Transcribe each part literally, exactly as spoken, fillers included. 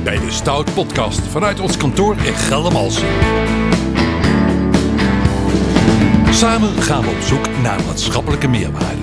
bij de Stout Podcast vanuit ons kantoor in Geldermalsen. Samen gaan we op zoek naar maatschappelijke meerwaarde.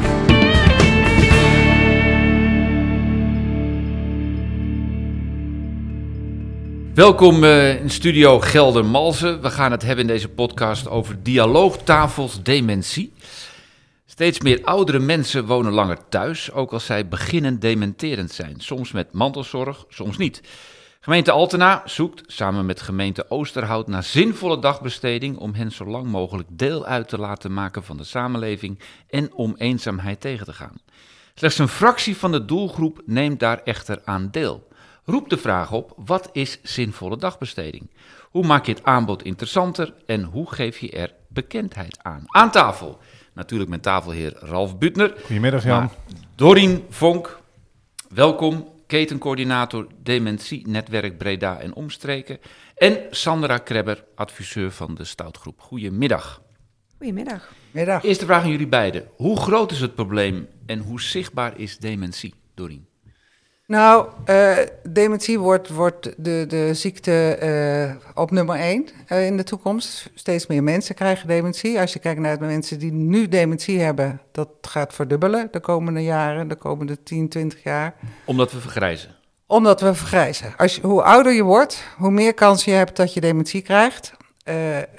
Welkom uh, in studio Geldermalsen. We gaan het hebben in deze podcast over dialoogtafels dementie. Steeds meer oudere mensen wonen langer thuis, ook als zij beginnend dementerend zijn. Soms met mantelzorg, soms niet. Gemeente Altena zoekt samen met gemeente Oosterhout naar zinvolle dagbesteding om hen zo lang mogelijk deel uit te laten maken van de samenleving en om eenzaamheid tegen te gaan. Slechts een fractie van de doelgroep neemt daar echter aan deel. Roep de vraag op, wat is zinvolle dagbesteding? Hoe maak je het aanbod interessanter en hoe geef je er bekendheid aan? Aan tafel, natuurlijk met tafelheer Ralf Butner. Goedemiddag Jan. Dorien Vonk, welkom, ketencoördinator Dementie-netwerk Breda en Omstreken. En Sandra Krebber, adviseur van de Stoutgroep. Goedemiddag. Goedemiddag. Middag. Eerste vraag aan jullie beiden. Hoe groot is het probleem en hoe zichtbaar is dementie, Dorien? Nou, uh, dementie wordt, wordt de, de ziekte uh, op nummer één uh, in de toekomst. Steeds meer mensen krijgen dementie. Als je kijkt naar de mensen die nu dementie hebben, dat gaat verdubbelen de komende jaren, de komende tien, twintig jaar. Omdat we vergrijzen. Omdat we vergrijzen. Als je, hoe ouder je wordt, hoe meer kans je hebt dat je dementie krijgt. Uh, uh,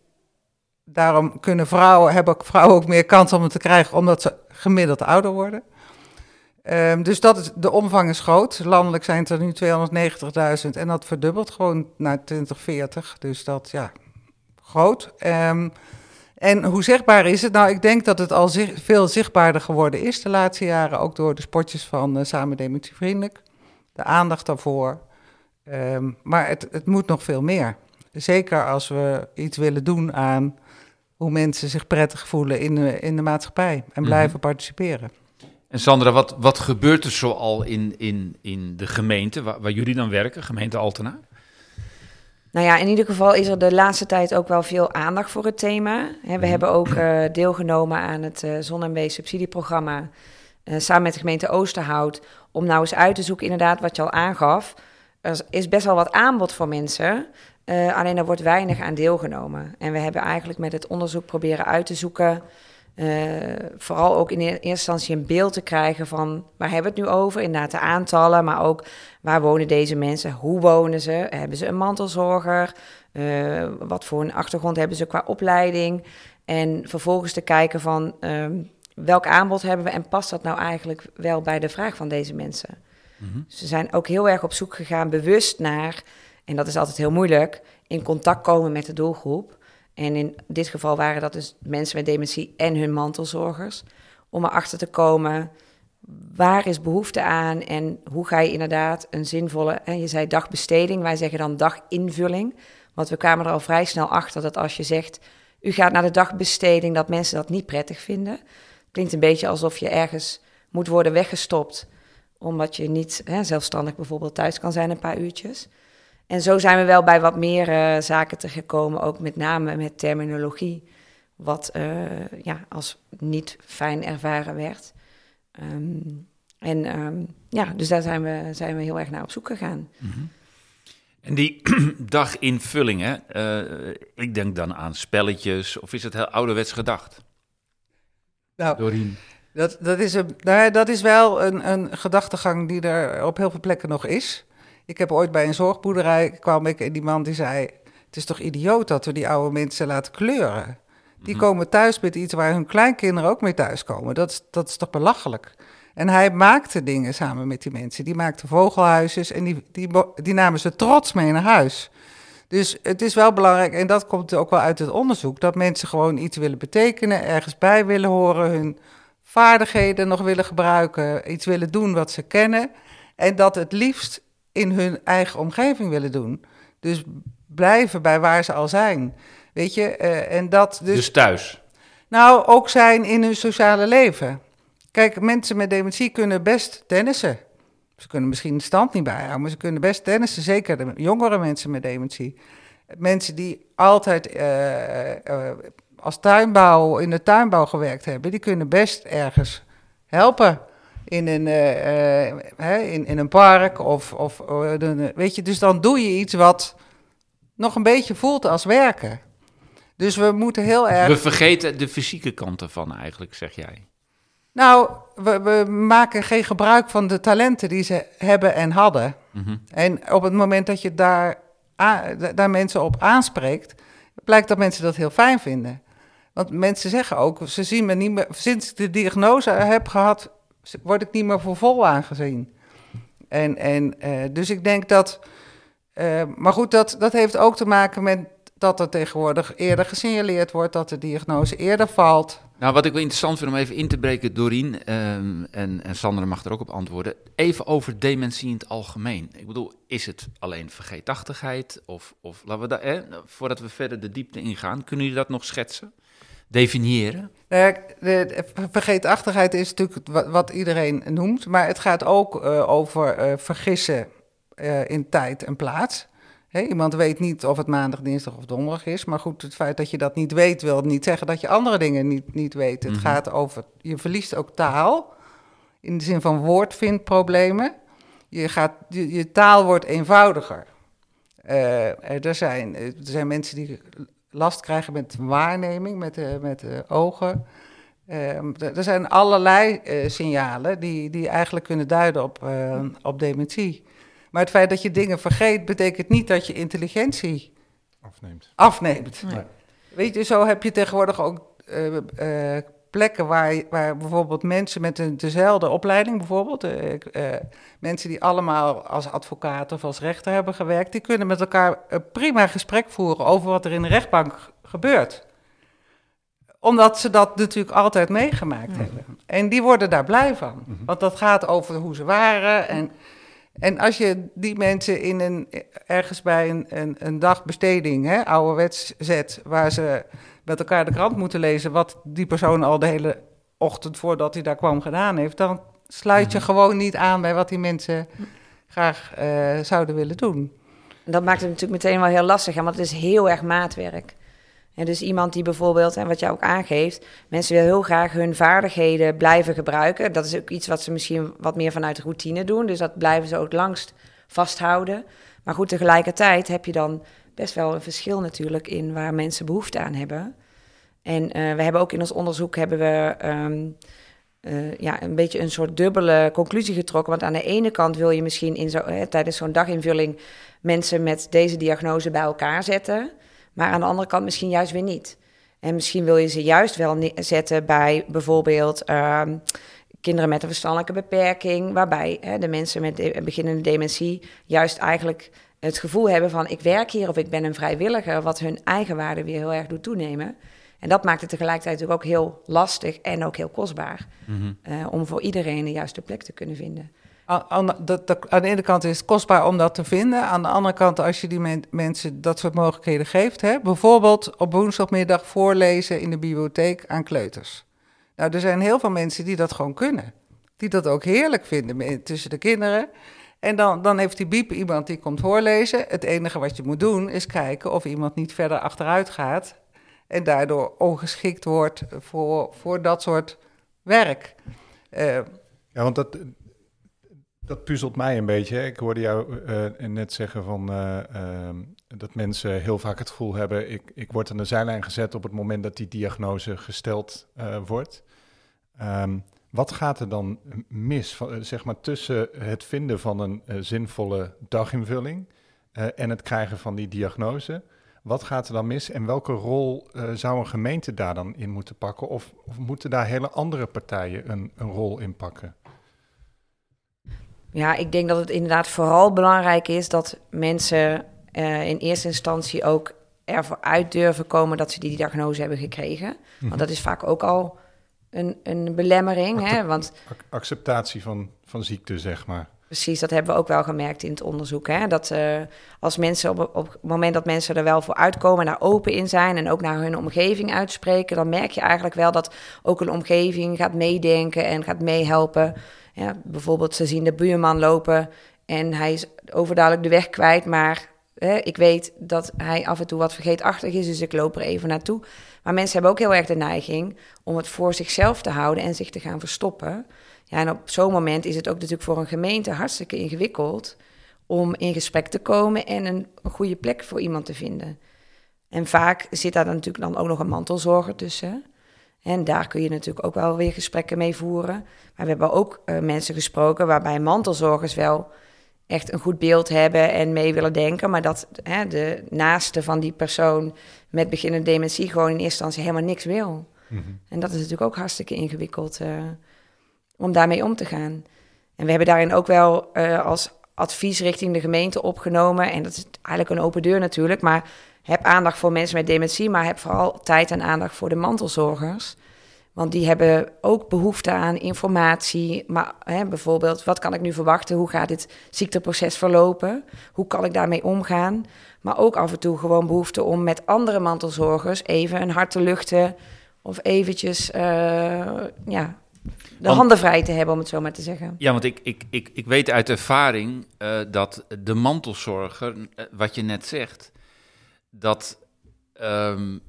daarom kunnen vrouwen, hebben ook vrouwen ook meer kans om het te krijgen, omdat ze gemiddeld ouder worden. Um, dus dat is, de omvang is groot. Landelijk zijn het er nu tweehonderdnegentigduizend en dat verdubbelt gewoon naar twintig veertig. Dus dat, ja, groot. Um, en hoe zichtbaar is het? Nou, ik denk dat het al zich, veel zichtbaarder geworden is de laatste jaren. Ook door de spotjes van uh, Samen Dementievriendelijk. De aandacht daarvoor. Um, maar het, het moet nog veel meer. Zeker als we iets willen doen aan hoe mensen zich prettig voelen in de, in de maatschappij. En blijven mm-hmm. participeren. En Sandra, wat, wat gebeurt er zoal in, in, in de gemeente waar, waar jullie dan werken, gemeente Altena? Nou ja, in ieder geval is er de laatste tijd ook wel veel aandacht voor het thema. He, we hebben ook uh, deelgenomen aan het uh, Zon en Wees subsidieprogramma uh, samen met de gemeente Oosterhout, om nou eens uit te zoeken, inderdaad wat je al aangaf. Er is best wel wat aanbod voor mensen, uh, alleen er wordt weinig aan deelgenomen. En we hebben eigenlijk met het onderzoek proberen uit te zoeken, Uh, vooral ook in eerste instantie een beeld te krijgen van waar hebben we het nu over, inderdaad de aantallen, maar ook waar wonen deze mensen, hoe wonen ze, hebben ze een mantelzorger, uh, wat voor een achtergrond hebben ze qua opleiding en vervolgens te kijken van um, welk aanbod hebben we en past dat nou eigenlijk wel bij de vraag van deze mensen. Mm-hmm. Ze zijn ook heel erg op zoek gegaan bewust naar, en dat is altijd heel moeilijk, in contact komen met de doelgroep. En in dit geval waren dat dus mensen met dementie en hun mantelzorgers. Om erachter te komen, waar is behoefte aan en hoe ga je inderdaad een zinvolle, hè, je zei dagbesteding, wij zeggen dan daginvulling. Want we kwamen er al vrij snel achter dat als je zegt, u gaat naar de dagbesteding, dat mensen dat niet prettig vinden. Klinkt een beetje alsof je ergens moet worden weggestopt, omdat je niet hè, zelfstandig bijvoorbeeld thuis kan zijn een paar uurtjes. En zo zijn we wel bij wat meer uh, zaken terechtgekomen, ook met name met terminologie, wat uh, ja, als niet fijn ervaren werd. Um, en um, ja, dus daar zijn we, zijn we heel erg naar op zoek gegaan. Mm-hmm. En die daginvulling, hè? Uh, ik denk dan aan spelletjes, of is het heel ouderwets gedacht? Nou, Dorien. Dat, dat, is een, nou, dat is wel een, een gedachtegang die er op heel veel plekken nog is. Ik heb ooit bij een zorgboerderij, kwam ik en die man die zei, het is toch idioot dat we die oude mensen laten kleuren. Die mm-hmm. komen thuis met iets waar hun kleinkinderen ook mee thuiskomen. Dat is, dat is toch belachelijk. En hij maakte dingen samen met die mensen. Die maakte vogelhuisjes en die, die, die namen ze trots mee naar huis. Dus het is wel belangrijk, en dat komt ook wel uit het onderzoek, dat mensen gewoon iets willen betekenen, ergens bij willen horen, hun vaardigheden nog willen gebruiken, iets willen doen wat ze kennen. En dat het liefst in hun eigen omgeving willen doen. Dus blijven bij waar ze al zijn. Weet je, uh, en dat dus... Dus thuis? Nou, ook zijn in hun sociale leven. Kijk, mensen met dementie kunnen best tennissen. Ze kunnen misschien de stand niet bijhouden, maar ze kunnen best tennissen. Zeker de jongere mensen met dementie. Mensen die altijd uh, uh, als tuinbouw, in de tuinbouw gewerkt hebben, die kunnen best ergens helpen in een, uh, uh, hè, in, in een park of, of uh, de, weet je, dus dan doe je iets wat nog een beetje voelt als werken. Dus we moeten heel erg... We vergeten de fysieke kant ervan eigenlijk, zeg jij. Nou, we, we maken geen gebruik van de talenten die ze hebben en hadden. Mm-hmm. En op het moment dat je daar, a, daar mensen op aanspreekt, blijkt dat mensen dat heel fijn vinden. Want mensen zeggen ook, ze zien me niet meer, sinds ik de diagnose heb gehad, word ik niet meer voor vol aangezien. En, en uh, dus ik denk dat, uh, maar goed, dat, dat heeft ook te maken met dat er tegenwoordig eerder gesignaleerd wordt, dat de diagnose eerder valt. Nou, wat ik wel interessant vind om even in te breken, Dorien, um, en, en Sandra mag er ook op antwoorden, even over dementie in het algemeen. Ik bedoel, is het alleen vergeetachtigheid? Of, of laten we daar, eh, voordat we verder de diepte ingaan, kunnen jullie dat nog schetsen? Definiëren? De, de vergeetachtigheid is natuurlijk wat, wat iedereen noemt, maar het gaat ook uh, over uh, vergissen uh, in tijd en plaats. He, iemand weet niet of het maandag, dinsdag of donderdag is, maar goed, het feit dat je dat niet weet wil niet zeggen dat je andere dingen niet, niet weet. Het mm-hmm. gaat over, je verliest ook taal, in de zin van woordvindproblemen. Je, gaat, je, je taal wordt eenvoudiger. Uh, er, zijn, er zijn mensen die last krijgen met waarneming, met de, met de ogen. Uh, er zijn allerlei uh, signalen die, die eigenlijk kunnen duiden op, uh, op dementie. Maar het feit dat je dingen vergeet, betekent niet dat je intelligentie afneemt. afneemt. Nee. Weet je, zo heb je tegenwoordig ook uh, uh, plekken waar, waar bijvoorbeeld mensen met een, dezelfde opleiding, bijvoorbeeld, uh, uh, mensen die allemaal als advocaat of als rechter hebben gewerkt, die kunnen met elkaar een prima gesprek voeren over wat er in de rechtbank gebeurt. Omdat ze dat natuurlijk altijd meegemaakt ja. hebben. En die worden daar blij van. Mm-hmm. Want dat gaat over hoe ze waren en... En als je die mensen in een, ergens bij een, een, een dagbesteding, hè, ouderwets zet, waar ze met elkaar de krant moeten lezen, wat die persoon al de hele ochtend voordat hij daar kwam gedaan heeft, dan sluit je mm-hmm. gewoon niet aan bij wat die mensen graag uh, zouden willen doen. Dat maakt het natuurlijk meteen wel heel lastig, hè, want het is heel erg maatwerk. En dus iemand die bijvoorbeeld, en wat jij ook aangeeft, mensen willen heel graag hun vaardigheden blijven gebruiken. Dat is ook iets wat ze misschien wat meer vanuit de routine doen, dus dat blijven ze ook langst vasthouden. Maar goed, tegelijkertijd heb je dan best wel een verschil natuurlijk in waar mensen behoefte aan hebben. En uh, we hebben ook in ons onderzoek hebben we um, uh, ja, een beetje een soort dubbele conclusie getrokken. Want aan de ene kant wil je misschien in zo, hè, tijdens zo'n daginvulling mensen met deze diagnose bij elkaar zetten. Maar aan de andere kant misschien juist weer niet. En misschien wil je ze juist wel ne- zetten bij bijvoorbeeld uh, kinderen met een verstandelijke beperking, waarbij hè, de mensen met de- beginnende dementie juist eigenlijk het gevoel hebben van ik werk hier of ik ben een vrijwilliger, wat hun eigenwaarde weer heel erg doet toenemen. En dat maakt het tegelijkertijd natuurlijk ook heel lastig en ook heel kostbaar mm-hmm. uh, om voor iedereen de juiste plek te kunnen vinden. Aan, aan, dat, dat, aan de ene kant is het kostbaar om dat te vinden. Aan de andere kant, als je die men, mensen dat soort mogelijkheden geeft, hè, bijvoorbeeld op woensdagmiddag voorlezen in de bibliotheek aan kleuters. Nou, er zijn heel veel mensen die dat gewoon kunnen. Die dat ook heerlijk vinden tussen de kinderen. En dan, dan heeft die biep iemand die komt voorlezen. Het enige wat je moet doen is kijken of iemand niet verder achteruit gaat en daardoor ongeschikt wordt voor, voor dat soort werk. Uh, ja, want dat... Dat puzzelt mij een beetje. Ik hoorde jou uh, net zeggen van, uh, uh, dat mensen heel vaak het gevoel hebben, ik, ik word aan de zijlijn gezet op het moment dat die diagnose gesteld uh, wordt. Um, wat gaat er dan mis van, uh, zeg maar, tussen het vinden van een uh, zinvolle daginvulling uh, en het krijgen van die diagnose? Wat gaat er dan mis en welke rol uh, zou een gemeente daar dan in moeten pakken? Of, of moeten daar hele andere partijen een, een rol in pakken? Ja, ik denk dat het inderdaad vooral belangrijk is dat mensen uh, in eerste instantie ook ervoor uit durven komen dat ze die diagnose hebben gekregen. Mm-hmm. Want dat is vaak ook al een, een belemmering. Acte- hè? Want, acceptatie van, van ziekte, zeg maar. Precies, dat hebben we ook wel gemerkt in het onderzoek. Hè? Dat uh, als mensen op, op het moment dat mensen er wel voor uitkomen, daar open in zijn en ook naar hun omgeving uitspreken, dan merk je eigenlijk wel dat ook een omgeving gaat meedenken en gaat meehelpen. Ja, bijvoorbeeld, ze zien de buurman lopen en hij is overduidelijk de weg kwijt, maar hè, ik weet dat hij af en toe wat vergeetachtig is, dus ik loop er even naartoe. Maar mensen hebben ook heel erg de neiging om het voor zichzelf te houden en zich te gaan verstoppen. Ja, en op zo'n moment is het ook natuurlijk voor een gemeente hartstikke ingewikkeld om in gesprek te komen en een, een goede plek voor iemand te vinden. En vaak zit daar dan natuurlijk dan ook nog een mantelzorger tussen. En daar kun je natuurlijk ook wel weer gesprekken mee voeren. Maar we hebben ook uh, mensen gesproken waarbij mantelzorgers wel echt een goed beeld hebben en mee willen denken, maar dat hè, de naaste van die persoon met beginnende dementie gewoon in eerste instantie helemaal niks wil. Mm-hmm. En dat is natuurlijk ook hartstikke ingewikkeld uh, om daarmee om te gaan. En we hebben daarin ook wel uh, als advies richting de gemeente opgenomen, en dat is eigenlijk een open deur natuurlijk, maar heb aandacht voor mensen met dementie, maar heb vooral tijd en aandacht voor de mantelzorgers. Want die hebben ook behoefte aan informatie. Maar hè, bijvoorbeeld, wat kan ik nu verwachten? Hoe gaat dit ziekteproces verlopen? Hoe kan ik daarmee omgaan? Maar ook af en toe gewoon behoefte om met andere mantelzorgers even een hart te luchten. Of eventjes uh, ja, de want, handen vrij te hebben, om het zo maar te zeggen. Ja, want ik, ik, ik, ik weet uit ervaring uh, dat de mantelzorger, uh, wat je net zegt, dat Um,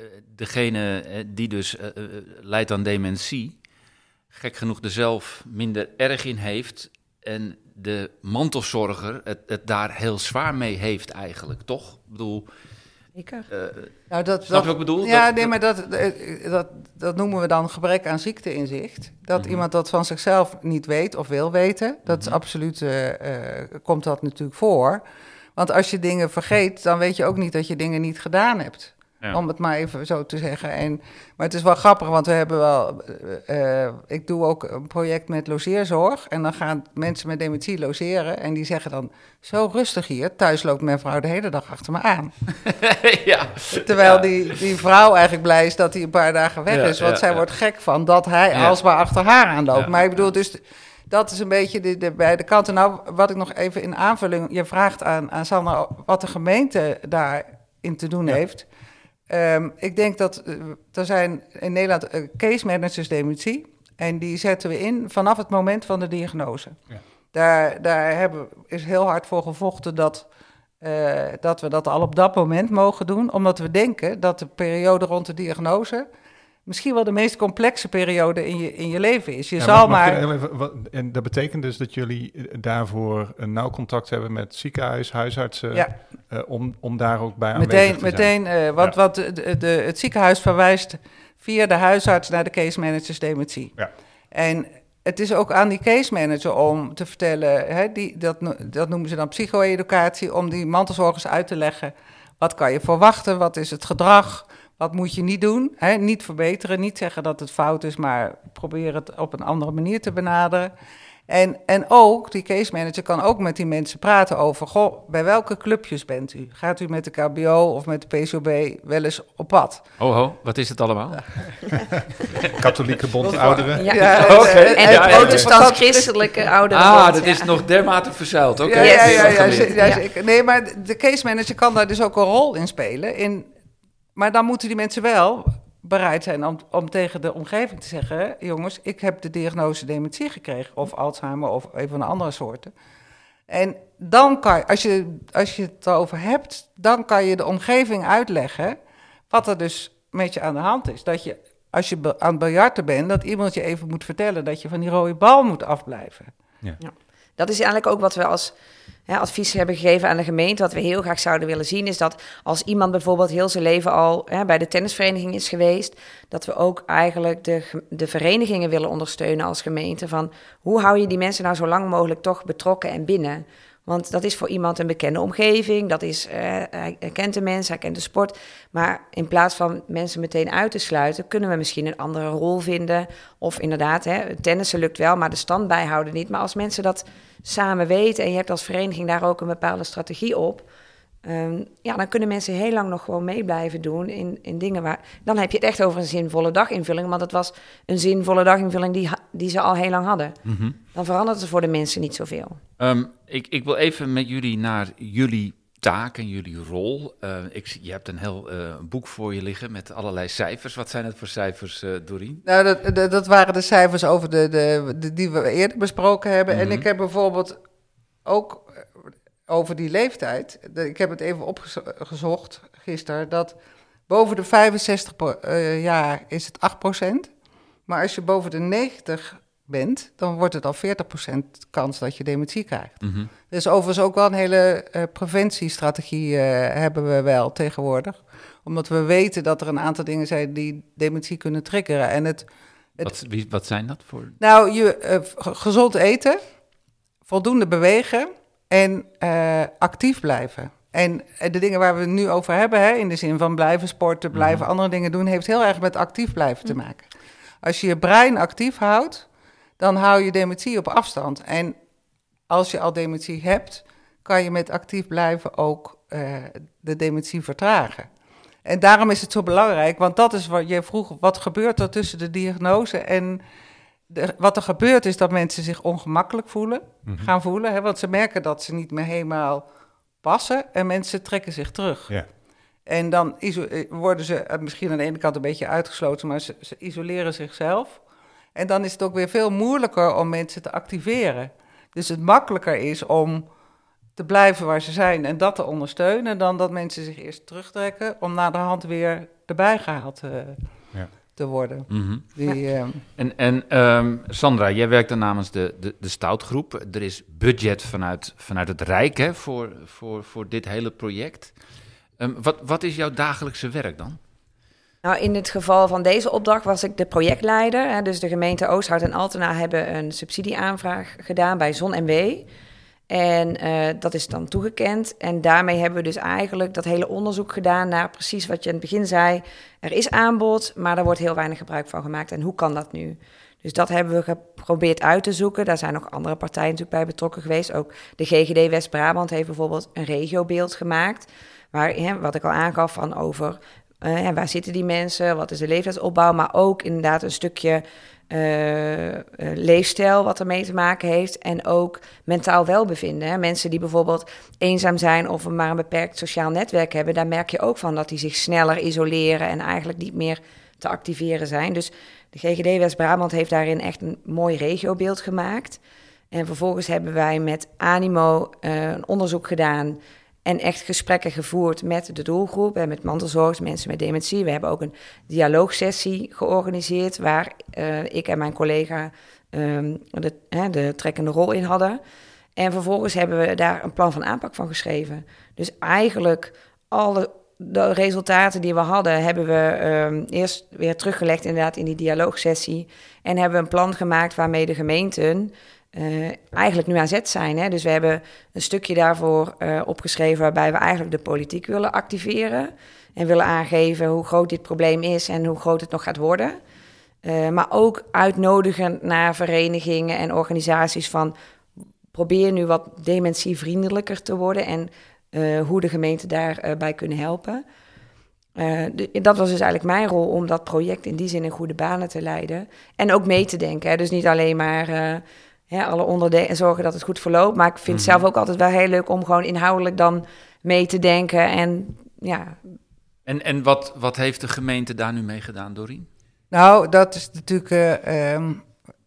degene die dus uh, uh, lijdt aan dementie, gek genoeg er zelf minder erg in heeft en de mantelzorger het, het daar heel zwaar mee heeft eigenlijk, toch? Ik bedoel... Zeker. Uh, nou, dat, snap dat, je wat ik bedoel? Ja, dat, nee, maar dat, dat, dat noemen we dan gebrek aan ziekteinzicht. Dat mm-hmm. iemand dat van zichzelf niet weet of wil weten, dat is mm-hmm. absoluut, uh, uh, komt dat natuurlijk voor. Want als je dingen vergeet, dan weet je ook niet dat je dingen niet gedaan hebt. Ja. Om het maar even zo te zeggen. En, maar het is wel grappig, want we hebben wel... Uh, ik doe ook een project met logeerzorg. En dan gaan mensen met dementie logeren. En die zeggen dan, zo rustig hier. Thuis loopt mijn vrouw de hele dag achter me aan. ja. Terwijl ja. Die, die vrouw eigenlijk blij is dat hij een paar dagen weg ja, is. Want ja, zij ja. wordt gek van dat hij ja. alsmaar achter haar aanloopt. Ja. Maar ik bedoel dus... Dat is een beetje de, de beide kanten. Nou, wat ik nog even in aanvulling... Je vraagt aan, aan Sanne wat de gemeente daarin te doen ja. heeft... Um, ik denk dat uh, er zijn in Nederland uh, case managers dementie. En die zetten we in vanaf het moment van de diagnose. Ja. Daar, daar hebben, is heel hard voor gevochten dat, uh, dat we dat al op dat moment mogen doen. Omdat we denken dat de periode rond de diagnose misschien wel de meest complexe periode in je, in je leven is. Je ja, zal mag, mag maar... je even, wat, en dat betekent dus dat jullie daarvoor een nauw contact hebben met ziekenhuis, huisartsen, ja. uh, om, om daar ook bij meteen, aanwezig te meteen, zijn. Uh, want ja. wat de, de, het ziekenhuis verwijst via de huisarts naar de case managers dementie. Ja. En het is ook aan die case manager om te vertellen, hè, die, dat, dat noemen ze dan psycho-educatie, om die mantelzorgers uit te leggen. Wat kan je verwachten? Wat is het gedrag? Wat moet je niet doen? Hè? Niet verbeteren, niet zeggen dat het fout is, maar probeer het op een andere manier te benaderen. En, en ook, die case manager kan ook met die mensen praten over, goh, bij welke clubjes bent u? Gaat u met de K B O of met de P C O B wel eens op pad? Oh, ho, wat is het allemaal? Katholieke Bond Ouderen. Ja, ja, ja, okay. En ja, de protestants-christelijke ouderen. Ah, dat is nog dermate verzeild. Oké. Okay. Ja, ja, ja, ja, ja, ja, nee, maar de case manager kan daar dus ook een rol in spelen. In, maar dan moeten die mensen wel bereid zijn om, om tegen de omgeving te zeggen, jongens, ik heb de diagnose dementie gekregen, of Alzheimer, of een van de andere soorten. En dan kan je, als je, als je het erover hebt, dan kan je de omgeving uitleggen wat er dus met je aan de hand is. Dat je, als je be, aan het biljarten bent, dat iemand je even moet vertellen dat je van die rode bal moet afblijven. Ja. Ja. Dat is eigenlijk ook wat we als hè, advies hebben gegeven aan de gemeente. Wat we heel graag zouden willen zien is dat als iemand bijvoorbeeld heel zijn leven al hè, bij de tennisvereniging is geweest, dat we ook eigenlijk de, de verenigingen willen ondersteunen als gemeente. Van hoe hou je die mensen nou zo lang mogelijk toch betrokken en binnen? Want dat is voor iemand een bekende omgeving, dat is, uh, hij kent de mensen, hij kent de sport. Maar in plaats van mensen meteen uit te sluiten, kunnen we misschien een andere rol vinden. Of inderdaad, hè, tennissen lukt wel, maar de stand bijhouden niet. Maar als mensen dat samen weten en je hebt als vereniging daar ook een bepaalde strategie op, Um, ja, dan kunnen mensen heel lang nog gewoon mee blijven doen in, in dingen waar... Dan heb je het echt over een zinvolle daginvulling, want het was een zinvolle daginvulling die, die ze al heel lang hadden. Mm-hmm. Dan verandert het voor de mensen niet zoveel. Um, ik, ik wil even met jullie naar jullie taak en jullie rol. Uh, ik, je hebt een heel uh, boek voor je liggen met allerlei cijfers. Wat zijn het voor cijfers, uh, Dorien? Nou, dat, dat, dat waren de cijfers over de, de, de, die we eerder besproken hebben. Mm-hmm. En ik heb bijvoorbeeld ook... over die leeftijd, ik heb het even opgezocht gisteren, dat boven de vijfenzestig uh, jaar is het acht procent. Maar als je boven de negentig bent, dan wordt het al veertig procent kans dat je dementie krijgt. Mm-hmm. Dus overigens ook wel een hele uh, preventiestrategie uh, hebben we wel tegenwoordig. Omdat we weten dat er een aantal dingen zijn die dementie kunnen triggeren. En het, het, wat, wie, wat zijn dat voor? Nou, je, uh, gezond eten, voldoende bewegen en uh, actief blijven. En de dingen waar we het nu over hebben, hè, in de zin van blijven sporten, blijven mm-hmm. andere dingen doen, heeft heel erg met actief blijven te maken. Als je je brein actief houdt, dan hou je dementie op afstand. En als je al dementie hebt, kan je met actief blijven ook uh, de dementie vertragen. En daarom is het zo belangrijk, want dat is wat je vroeg, wat gebeurt er tussen de diagnose en de, wat er gebeurt is dat mensen zich ongemakkelijk voelen, mm-hmm. gaan voelen. Hè, want ze merken dat ze niet meer helemaal passen en mensen trekken zich terug. Ja. En dan iso- worden ze misschien aan de ene kant een beetje uitgesloten, maar ze, ze isoleren zichzelf. En dan is het ook weer veel moeilijker om mensen te activeren. Dus het makkelijker is om te blijven waar ze zijn en dat te ondersteunen, dan dat mensen zich eerst terugtrekken om naderhand weer erbij gehaald uh, ja. te worden. Mm-hmm. Die, uh, en en um, Sandra, jij werkt dan namens de, de, de Stoutgroep. Er is budget vanuit, vanuit het Rijk hè, voor, voor, voor dit hele project. Um, wat, wat is jouw dagelijkse werk dan? Nou, in het geval van deze opdracht was ik de projectleider. Hè, dus de gemeente Oosthout en Altena hebben een subsidieaanvraag gedaan bij Zon M W. En uh, dat is dan toegekend. En daarmee hebben we dus eigenlijk dat hele onderzoek gedaan naar precies wat je in het begin zei. Er is aanbod, maar er wordt heel weinig gebruik van gemaakt. En hoe kan dat nu? Dus dat hebben we geprobeerd uit te zoeken. Daar zijn nog andere partijen natuurlijk bij betrokken geweest. Ook de G G D West-Brabant heeft bijvoorbeeld een regiobeeld gemaakt. Waar, hè, wat ik al aangaf van over uh, waar zitten die mensen, wat is de leeftijdsopbouw. Maar ook inderdaad een stukje Uh, uh, leefstijl wat ermee te maken heeft en ook mentaal welbevinden. Hè. Mensen die bijvoorbeeld eenzaam zijn of maar een beperkt sociaal netwerk hebben, daar merk je ook van dat die zich sneller isoleren en eigenlijk niet meer te activeren zijn. Dus de G G D West-Brabant heeft daarin echt een mooi regiobeeld gemaakt. En vervolgens hebben wij met Animo uh, een onderzoek gedaan en echt gesprekken gevoerd met de doelgroep en met mantelzorgers, mensen met dementie. We hebben ook een dialoogsessie georganiseerd waar uh, ik en mijn collega um, de, hè, de trekkende rol in hadden. En vervolgens hebben we daar een plan van aanpak van geschreven. Dus eigenlijk alle de resultaten die we hadden, hebben we um, eerst weer teruggelegd inderdaad in die dialoogsessie. En hebben we een plan gemaakt waarmee de gemeenten Uh, eigenlijk nu aan zet zijn. Hè? Dus we hebben een stukje daarvoor uh, opgeschreven waarbij we eigenlijk de politiek willen activeren en willen aangeven hoe groot dit probleem is en hoe groot het nog gaat worden. Uh, maar ook uitnodigen naar verenigingen en organisaties van probeer nu wat dementievriendelijker te worden en uh, hoe de gemeenten daarbij uh, bij kunnen helpen. Uh, de, dat was dus eigenlijk mijn rol om dat project in die zin in goede banen te leiden en ook mee te denken. Hè? Dus niet alleen maar Uh, Ja, alle onderdelen en zorgen dat het goed verloopt. Maar ik vind het mm-hmm. zelf ook altijd wel heel leuk om gewoon inhoudelijk dan mee te denken. En, ja. en, en wat, wat heeft de gemeente daar nu mee gedaan, Dorien? Nou, dat is natuurlijk Uh, um,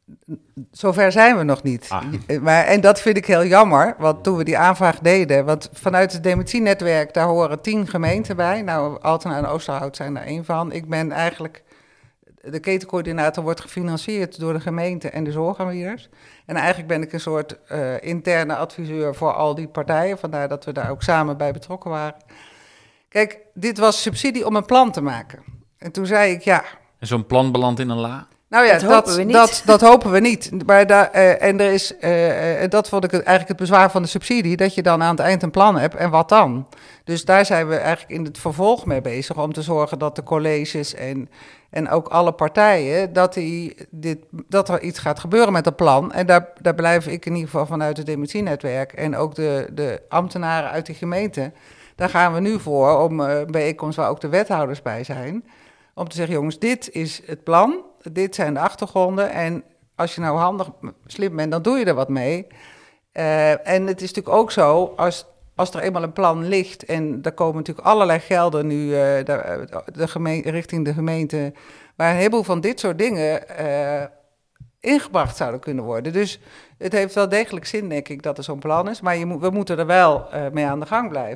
zover zijn we nog niet. Ah. Maar, en dat vind ik heel jammer, want toen we die aanvraag deden, want vanuit het dementienetwerk, daar horen tien gemeenten bij. Nou, Altena en Oosterhout zijn daar één van. Ik ben eigenlijk De ketencoördinator wordt gefinancierd door de gemeente en de zorgaanbieders. En eigenlijk ben ik een soort uh, interne adviseur voor al die partijen. Vandaar dat we daar ook samen bij betrokken waren. Kijk, dit was subsidie om een plan te maken. En toen zei ik, ja. En zo'n plan belandt in een la? Nou ja, dat, dat, hopen we niet. dat, dat hopen we niet. Maar da, uh, en er is, uh, uh, dat vond ik het, eigenlijk het bezwaar van de subsidie, dat je dan aan het eind een plan hebt. En wat dan? Dus daar zijn we eigenlijk in het vervolg mee bezig om te zorgen dat de colleges en, en ook alle partijen, dat, die, dit, dat er iets gaat gebeuren met dat plan. En daar, daar blijf ik in ieder geval vanuit het dementienetwerk en ook de, de ambtenaren uit de gemeente. Daar gaan we nu voor om uh, een bijeenkomst waar ook de wethouders bij zijn. Om te zeggen, jongens, dit is het plan, dit zijn de achtergronden. En als je nou handig, slim bent, dan doe je er wat mee. Uh, en het is natuurlijk ook zo, als, als er eenmaal een plan ligt en er komen natuurlijk allerlei gelden nu uh, de, de gemeente, richting de gemeente, waar een heleboel van dit soort dingen uh, ingebracht zouden kunnen worden. Dus het heeft wel degelijk zin, denk ik, dat er zo'n plan is. Maar je moet, we moeten er wel uh, mee aan de gang blijven.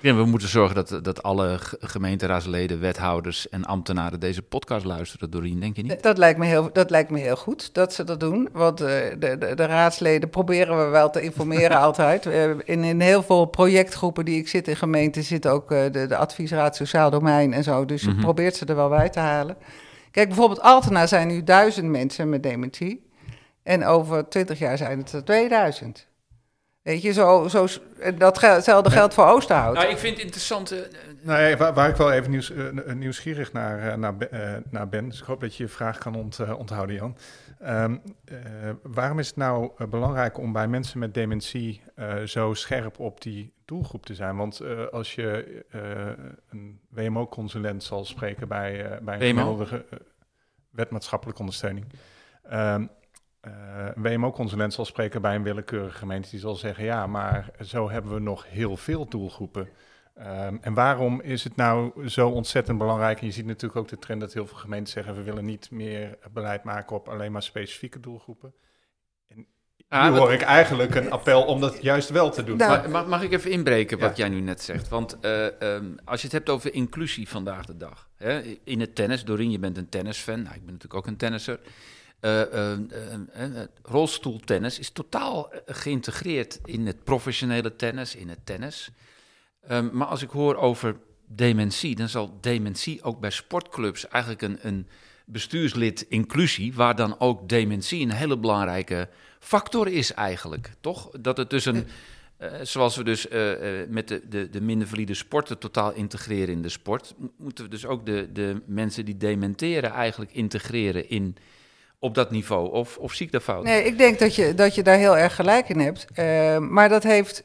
Ja, we moeten zorgen dat, dat alle gemeenteraadsleden, wethouders en ambtenaren deze podcast luisteren, Dorien, denk je niet? Dat lijkt me heel, dat lijkt me heel goed dat ze dat doen. Want uh, de, de, de raadsleden proberen we wel te informeren altijd. Uh, in, in heel veel projectgroepen die ik zit in gemeenten zit ook uh, de, de adviesraad Sociaal Domein en zo. Dus je Mm-hmm. probeert ze er wel bij te halen. Kijk, bijvoorbeeld Altena zijn nu duizend mensen met dementie. En over twintig jaar zijn het er tweeduizend. Weet je, zo, zo, datzelfde geldt voor Oosterhout. Nou, ik vind het interessant. Uh, Nou ja, waar, waar ik wel even nieuws, uh, nieuwsgierig naar, uh, naar, uh, naar ben, dus ik hoop dat je je vraag kan ont, uh, onthouden, Jan. Um, uh, waarom is het nou uh, belangrijk om bij mensen met dementie uh, zo scherp op die doelgroep te zijn? Want uh, als je uh, een W M O-consulent zal spreken bij, uh, bij een gemiddelde uh, wet maatschappelijke ondersteuning. Um, Uh, een W M O-consulent zal spreken bij een willekeurige gemeente. Die zal zeggen, ja, maar zo hebben we nog heel veel doelgroepen. Um, en waarom is het nou zo ontzettend belangrijk? En je ziet natuurlijk ook de trend dat heel veel gemeenten zeggen, we willen niet meer beleid maken op alleen maar specifieke doelgroepen. En ah, nu wat... hoor ik eigenlijk een appel om dat juist wel te doen. Nou, Mag, mag ik even inbreken wat Ja. jij nu net zegt? Want uh, um, als je het hebt over inclusie vandaag de dag. Hè, in het tennis, Dorien, je bent een tennisfan. Nou, ik ben natuurlijk ook een tennisser. Uh, uh, uh, uh, uh, rolstoeltennis is totaal uh, geïntegreerd in het professionele tennis, in het tennis. Um, maar als ik hoor over dementie, dan zal dementie ook bij sportclubs eigenlijk een, een bestuurslid inclusie, waar dan ook dementie een hele belangrijke factor is eigenlijk, toch? Dat het dus een, uh, zoals we dus uh, uh, met de, de, de minder valide sporten totaal integreren in de sport, moeten we dus ook de, de mensen die dementeren eigenlijk integreren in... op dat niveau, of, of zie ik dat fout? Nee, ik denk dat je, dat je daar heel erg gelijk in hebt. Uh, maar dat heeft...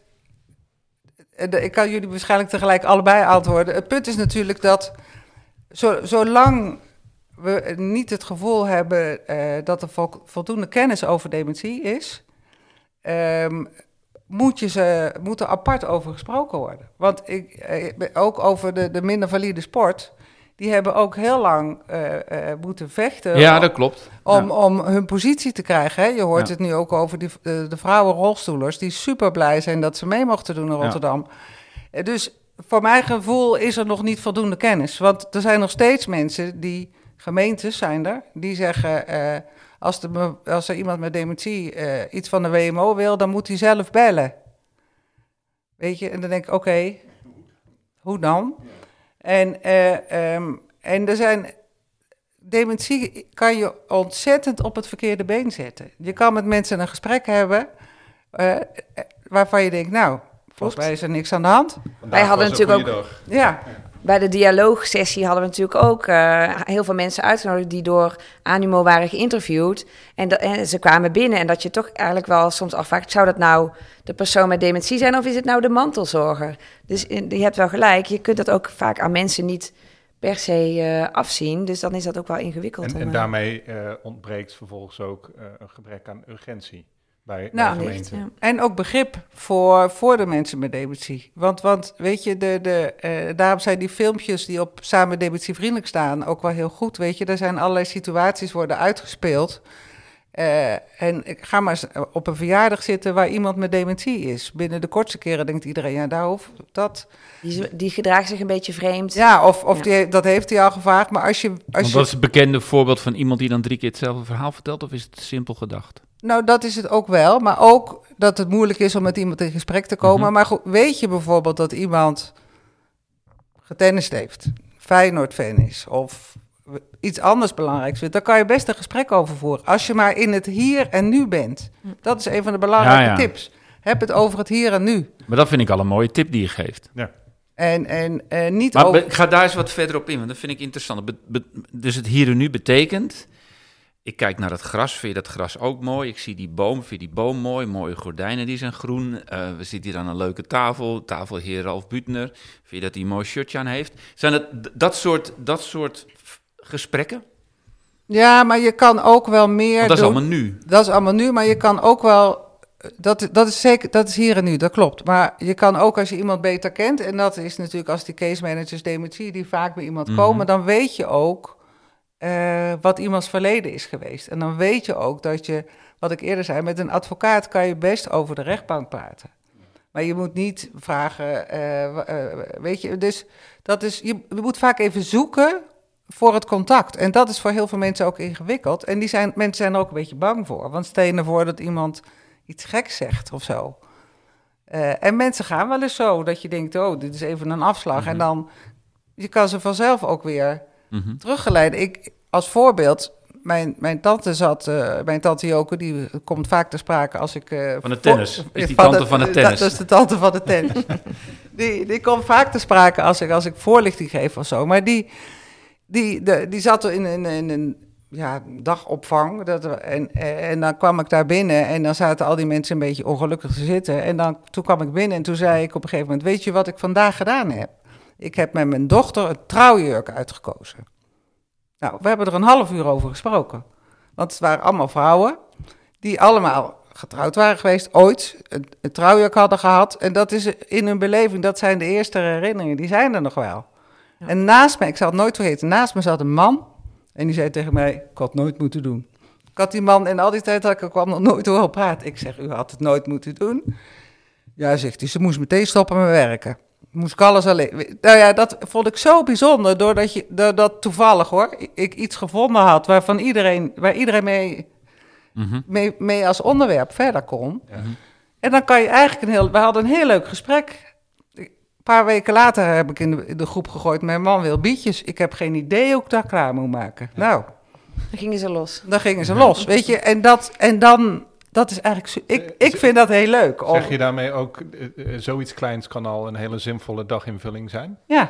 Uh, ik kan jullie waarschijnlijk tegelijk allebei antwoorden. Het punt is natuurlijk dat... Zo, zolang we niet het gevoel hebben... Uh, dat er vol, voldoende kennis over dementie is... Um, moet, je ze, moet er apart over gesproken worden. Want ik, uh, ook over de, de minder valide sport... Die hebben ook heel lang uh, uh, moeten vechten ja, om, dat klopt. Om, ja. om hun positie te krijgen. Hè? Je hoort Ja. het nu ook over die, de, de vrouwenrolstoelers... die super blij zijn dat ze mee mochten doen in Rotterdam. Ja. Dus voor mijn gevoel is er nog niet voldoende kennis. Want er zijn nog steeds mensen die... gemeentes zijn er, die zeggen... Uh, als, de, als er iemand met dementie uh, iets van de W M O wil... dan moet hij zelf bellen. Weet je, en dan denk ik, oké, okay, hoe dan? Ja. En, uh, um, en er zijn... Dementie kan je ontzettend op het verkeerde been zetten. Je kan met mensen een gesprek hebben... Uh, waarvan je denkt, nou, volgens mij is er niks aan de hand. Wij hadden natuurlijk ook... Ja. Bij de dialoogsessie hadden we natuurlijk ook uh, heel veel mensen uitgenodigd... die door Animo waren geïnterviewd. En, de, en ze kwamen binnen en dat je toch eigenlijk wel soms afvraagt... zou dat nou de persoon met dementie zijn of is het nou de mantelzorger? Dus in, je hebt wel gelijk, je kunt dat ook vaak aan mensen niet per se uh, afzien. Dus dan is dat ook wel ingewikkeld. En, om, en uh, daarmee uh, ontbreekt vervolgens ook uh, een gebrek aan urgentie. Bij, nou, bij gemeenten. Ja. En ook begrip voor, voor de mensen met dementie. Want, want weet je, de, de, uh, daarom zijn die filmpjes die op Samen Dementievriendelijk staan ook wel heel goed. Weet je, er zijn allerlei situaties worden uitgespeeld. Uh, en ik ga maar eens op een verjaardag zitten waar iemand met dementie is. Binnen de kortste keren denkt iedereen, ja, daar hoeft dat... Die, die gedraagt zich een beetje vreemd. Ja, of, of ja. Die, dat heeft hij al gevraagd. Maar als je... Als Want je... dat is het bekende voorbeeld van iemand die dan drie keer hetzelfde verhaal vertelt, of is het simpel gedacht? Nou, dat is het ook wel. Maar ook dat het moeilijk is om met iemand in gesprek te komen. Mm-hmm. Maar goed, weet je bijvoorbeeld dat iemand getennist heeft, Feyenoord-fan is... of iets anders belangrijks vindt, dan kan je best een gesprek over voeren. Als je maar in het hier en nu bent. Dat is een van de belangrijke ja, ja. tips. Heb het over het hier en nu. Maar dat vind ik al een mooie tip die je geeft. Ja. En, en uh, niet maar over... Be- ik ga daar eens wat verder op in, want dat vind ik interessant. Be- be- dus het hier en nu betekent... Ik kijk naar het gras, vind je dat gras ook mooi? Ik zie die boom, vind je die boom mooi? Mooie gordijnen, die zijn groen. Uh, we zitten hier aan een leuke tafel, tafelheer Ralf Buutner. Vind je dat hij een mooi shirtje aan heeft? Zijn het dat soort... Dat soort gesprekken? Ja, maar je kan ook wel meer Want dat doen. is allemaal nu. Dat is allemaal nu, maar je kan ook wel... Dat, dat is zeker, dat is hier en nu, dat klopt. Maar je kan ook als je iemand beter kent... en dat is natuurlijk als die case managers dementie... die vaak bij iemand mm-hmm. komen, dan weet je ook... Uh, wat iemands verleden is geweest. En dan weet je ook dat je, wat ik eerder zei... met een advocaat kan je best over de rechtbank praten. Maar je moet niet vragen, uh, uh, weet je, dus dat is, je, je moet vaak even zoeken voor het contact. En dat is voor heel veel mensen ook ingewikkeld. En die zijn, mensen zijn er ook een beetje bang voor. Want stel je ervoor dat iemand iets geks zegt of zo. Uh, en mensen gaan wel eens zo, dat je denkt, oh, dit is even een afslag. Mm-hmm. En dan, je kan ze vanzelf ook weer mm-hmm. teruggeleiden. Ik, als voorbeeld, mijn, mijn tante zat, uh, mijn tante Joke, die komt vaak ter sprake als ik... Uh, van de tennis, voor, is die tante de, van de tennis? Dat is de tante van de tennis. die, die komt vaak ter sprake als ik, als ik voorlichting geef of zo. Maar die, die, de, die zat in, in, in een ja, dagopvang. Dat, en, en dan kwam ik daar binnen en dan zaten al die mensen een beetje ongelukkig te zitten. En dan, toen kwam ik binnen en toen zei ik op een gegeven moment, weet je wat ik vandaag gedaan heb? Ik heb met mijn dochter een trouwjurk uitgekozen. Nou, we hebben er een half uur over gesproken. Want het waren allemaal vrouwen die allemaal getrouwd waren geweest, ooit een, een trouwjurk hadden gehad. En dat is in hun beleving, dat zijn de eerste herinneringen, die zijn er nog wel. Ja. En naast mij, ik zal het nooit vergeten, naast me zat een man en die zei tegen mij, ik had het nooit moeten doen. Ik had die man, en al die tijd dat ik kwam nog nooit horen praten. Ik zeg, u had het nooit moeten doen. Ja, zegt hij, ze moest meteen stoppen met werken. Moest ik alles alleen. Nou ja, dat vond ik zo bijzonder, doordat je, doordat toevallig hoor, ik iets gevonden had waarvan iedereen, waar iedereen mee, mm-hmm. mee, mee als onderwerp verder kon. Ja. En dan kan je eigenlijk een heel, we hadden een heel leuk gesprek. Een paar weken later heb ik in de, in de groep gegooid, mijn man wil bietjes. Ik heb geen idee hoe ik dat klaar moet maken. Ja. Nou. Dan gingen ze los. Dan gingen ze los, weet je. En, dat, en dan... Dat is eigenlijk... Ik, ik vind dat heel leuk. Zeg je daarmee ook, uh, zoiets kleins kan al een hele zinvolle daginvulling zijn? Ja.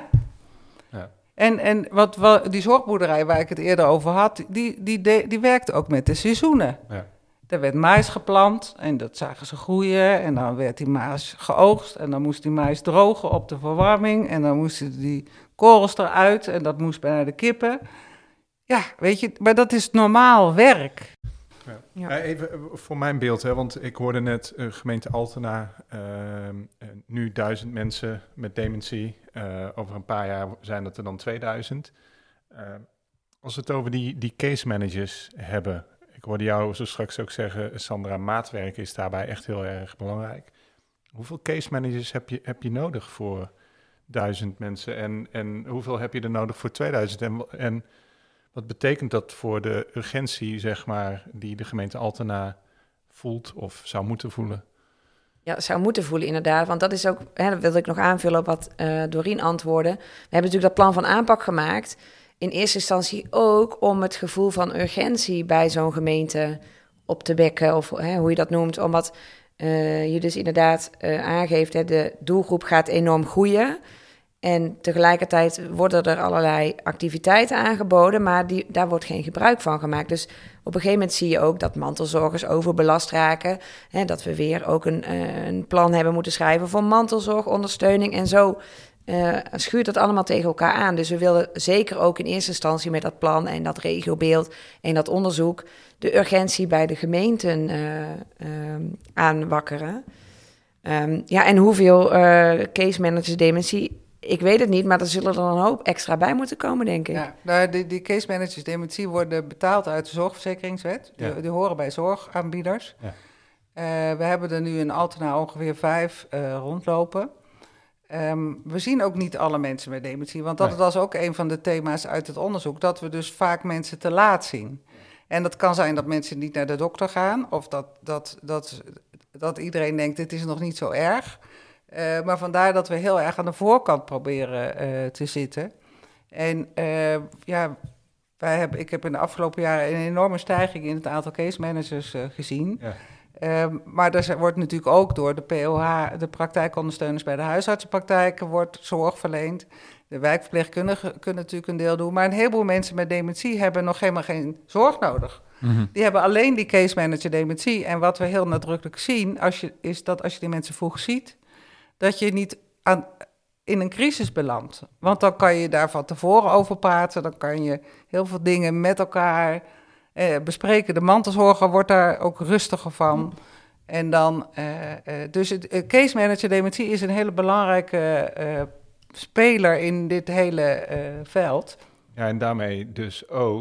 ja. En, en wat, wat die zorgboerderij waar ik het eerder over had, die, die, die, die werkte ook met de seizoenen. Ja. Er werd mais geplant en dat zagen ze groeien. En dan werd die mais geoogst en dan moest die mais drogen op de verwarming. En dan moesten die korrels eruit en dat moest bijna de kippen. Ja, weet je, maar dat is normaal werk. Ja. Ja. Even voor mijn beeld, hè, want ik hoorde net uh, gemeente Altena, uh, uh, nu duizend mensen met dementie. Uh, over een paar jaar zijn dat er dan tweeduizend. Uh, als we het over die, die case managers hebben, ik hoorde jou zo straks ook zeggen, Sandra, maatwerk is daarbij echt heel erg belangrijk. Hoeveel case managers heb je, heb je nodig voor duizend mensen en, en hoeveel heb je er nodig voor tweeduizend? En, en wat betekent dat voor de urgentie, zeg maar, die de gemeente Altena voelt of zou moeten voelen? Ja, zou moeten voelen inderdaad, want dat is ook, hè, dat wilde ik nog aanvullen op wat uh, Dorien antwoordde. We hebben natuurlijk dat plan van aanpak gemaakt, in eerste instantie ook om het gevoel van urgentie bij zo'n gemeente op te wekken, of hè, hoe je dat noemt, omdat uh, je dus inderdaad uh, aangeeft, hè, de doelgroep gaat enorm groeien. En tegelijkertijd worden er allerlei activiteiten aangeboden, maar die, daar wordt geen gebruik van gemaakt. Dus op een gegeven moment zie je ook dat mantelzorgers overbelast raken. Hè, dat we weer ook een, uh, een plan hebben moeten schrijven voor mantelzorgondersteuning. En zo uh, schuurt dat allemaal tegen elkaar aan. Dus we willen zeker ook in eerste instantie met dat plan en dat regiobeeld en dat onderzoek de urgentie bij de gemeenten uh, uh, aanwakkeren. Um, ja, en hoeveel uh, case managers dementie... Ik weet het niet, maar er zullen er een hoop extra bij moeten komen, denk ik. Ja, nou, die, die case managers dementie worden betaald uit de zorgverzekeringswet. Die, ja. die horen bij zorgaanbieders. Ja. Uh, we hebben er nu in Altena ongeveer vijf uh, rondlopen. Um, we zien ook niet alle mensen met dementie, want dat nee. was ook een van de thema's uit het onderzoek, dat we dus vaak mensen te laat zien. En dat kan zijn dat mensen niet naar de dokter gaan, of dat, dat, dat, dat iedereen denkt, dit is nog niet zo erg. Uh, maar vandaar dat we heel erg aan de voorkant proberen uh, te zitten. En uh, ja, wij hebben, ik heb in de afgelopen jaren een enorme stijging in het aantal case managers uh, gezien. Ja. Uh, maar er wordt natuurlijk ook door de P O H, de praktijkondersteuners bij de huisartsenpraktijken, wordt zorg verleend. De wijkverpleegkundigen kunnen natuurlijk een deel doen. Maar een heleboel mensen met dementie hebben nog helemaal geen zorg nodig. Mm-hmm. Die hebben alleen die case manager dementie. En wat we heel nadrukkelijk zien, als je, is dat als je die mensen vroeg ziet, dat je niet aan, in een crisis belandt. Want dan kan je daar van tevoren over praten. Dan kan je heel veel dingen met elkaar eh, bespreken. De mantelzorger wordt daar ook rustiger van. En dan, eh, eh, dus het uh, case manager dementie is een hele belangrijke uh, speler in dit hele uh, veld. Ja, en daarmee dus ook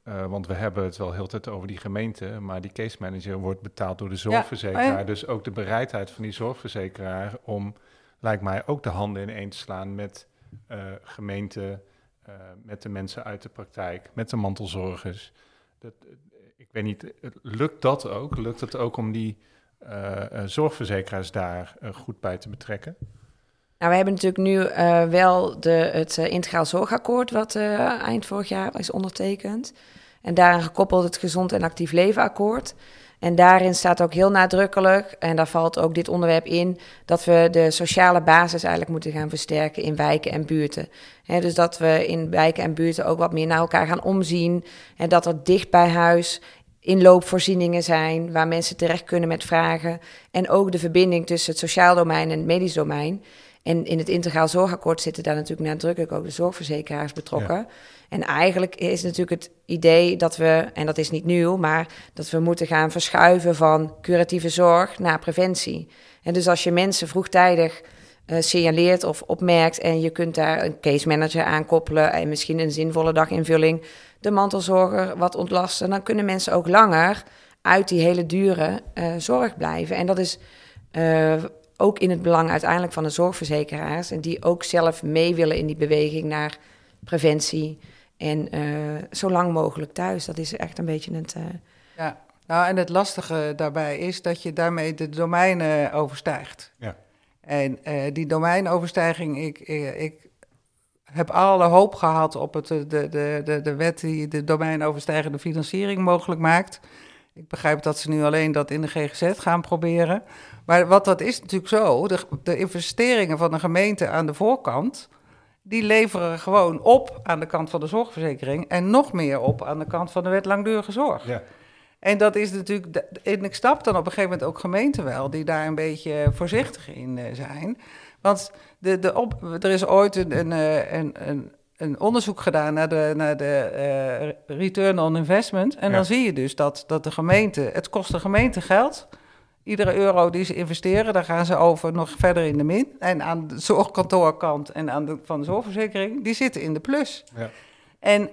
Uh, want we hebben het wel heel de tijd over die gemeente, maar die case manager wordt betaald door de zorgverzekeraar. Ja, ja. Dus ook de bereidheid van die zorgverzekeraar om, lijkt mij, ook de handen ineen te slaan met uh, gemeenten, uh, met de mensen uit de praktijk, met de mantelzorgers. Dat, ik weet niet, lukt dat ook? Lukt het ook om die uh, uh, zorgverzekeraars daar uh, goed bij te betrekken? Nou, we hebben natuurlijk nu uh, wel de, het uh, Integraal Zorgakkoord, wat uh, eind vorig jaar is ondertekend. En daaraan gekoppeld het Gezond en Actief Leven Akkoord. En daarin staat ook heel nadrukkelijk, en daar valt ook dit onderwerp in, dat we de sociale basis eigenlijk moeten gaan versterken in wijken en buurten. He, dus dat we in wijken en buurten ook wat meer naar elkaar gaan omzien. En dat er dicht bij huis inloopvoorzieningen zijn waar mensen terecht kunnen met vragen. En ook de verbinding tussen het sociaal domein en het medisch domein. En in het Integraal Zorgakkoord zitten daar natuurlijk nadrukkelijk ook de zorgverzekeraars betrokken. Ja. En eigenlijk is natuurlijk het idee dat we, en dat is niet nieuw, maar dat we moeten gaan verschuiven van curatieve zorg naar preventie. En dus als je mensen vroegtijdig uh, signaleert of opmerkt en je kunt daar een case manager aan koppelen en misschien een zinvolle daginvulling, de mantelzorger wat ontlasten, dan kunnen mensen ook langer uit die hele dure uh, zorg blijven. En dat is uh, ook in het belang uiteindelijk van de zorgverzekeraars en die ook zelf mee willen in die beweging naar preventie en uh, zo lang mogelijk thuis. Dat is echt een beetje het... Uh... Ja, nou en het lastige daarbij is dat je daarmee de domeinen overstijgt. Ja. En uh, die domeinoverstijging, ik, ik, ik heb alle hoop gehad op het, de, de, de, de wet die de domeinoverstijgende financiering mogelijk maakt. Ik begrijp dat ze nu alleen dat in de G G Z gaan proberen. Maar wat dat is natuurlijk zo, de, de investeringen van de gemeente aan de voorkant, die leveren gewoon op aan de kant van de zorgverzekering en nog meer op aan de kant van de wet langdurige zorg. Ja. En dat is natuurlijk, en ik snap dan op een gegeven moment ook gemeenten wel, die daar een beetje voorzichtig in zijn. Want de, de op, er is ooit een, een, een, een, een onderzoek gedaan naar de, naar de uh, return on investment. En ja. dan zie je dus dat, dat de gemeente, het kost de gemeente geld. Iedere euro die ze investeren, daar gaan ze over nog verder in de min. En aan de zorgkantoorkant en aan de, van de zorgverzekering, die zitten in de plus. Ja. En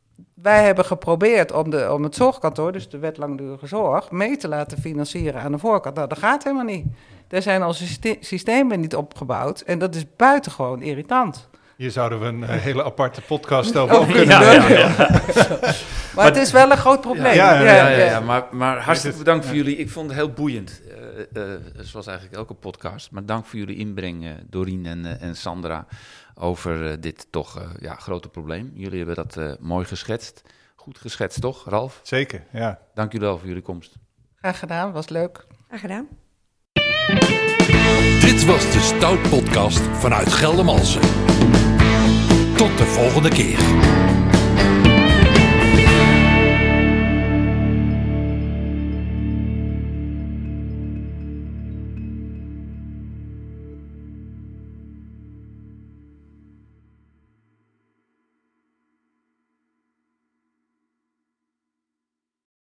wij hebben geprobeerd om, de, om het zorgkantoor, dus de wet langdurige zorg, mee te laten financieren aan de voorkant. Nou, dat gaat helemaal niet. Daar zijn onze syste- systemen niet opgebouwd en dat is buitengewoon irritant. Hier zouden we een uh, hele aparte podcast over oh, kunnen ja, ja, ja. Maar, maar het is wel een groot probleem. Ja, ja, ja, ja, ja, ja. Maar, maar hartstikke bedankt voor jullie. Ik vond het heel boeiend, uh, uh, zoals eigenlijk elke podcast. Maar dank voor jullie inbreng, uh, Dorien en, uh, en Sandra, over uh, dit toch uh, ja, grote probleem. Jullie hebben dat uh, mooi geschetst. Goed geschetst, toch, Ralf? Zeker, ja. Dank jullie wel voor jullie komst. Graag gedaan, was leuk. Graag gedaan. Dit was de Stout Podcast vanuit Geldermalsen. Tot de volgende keer.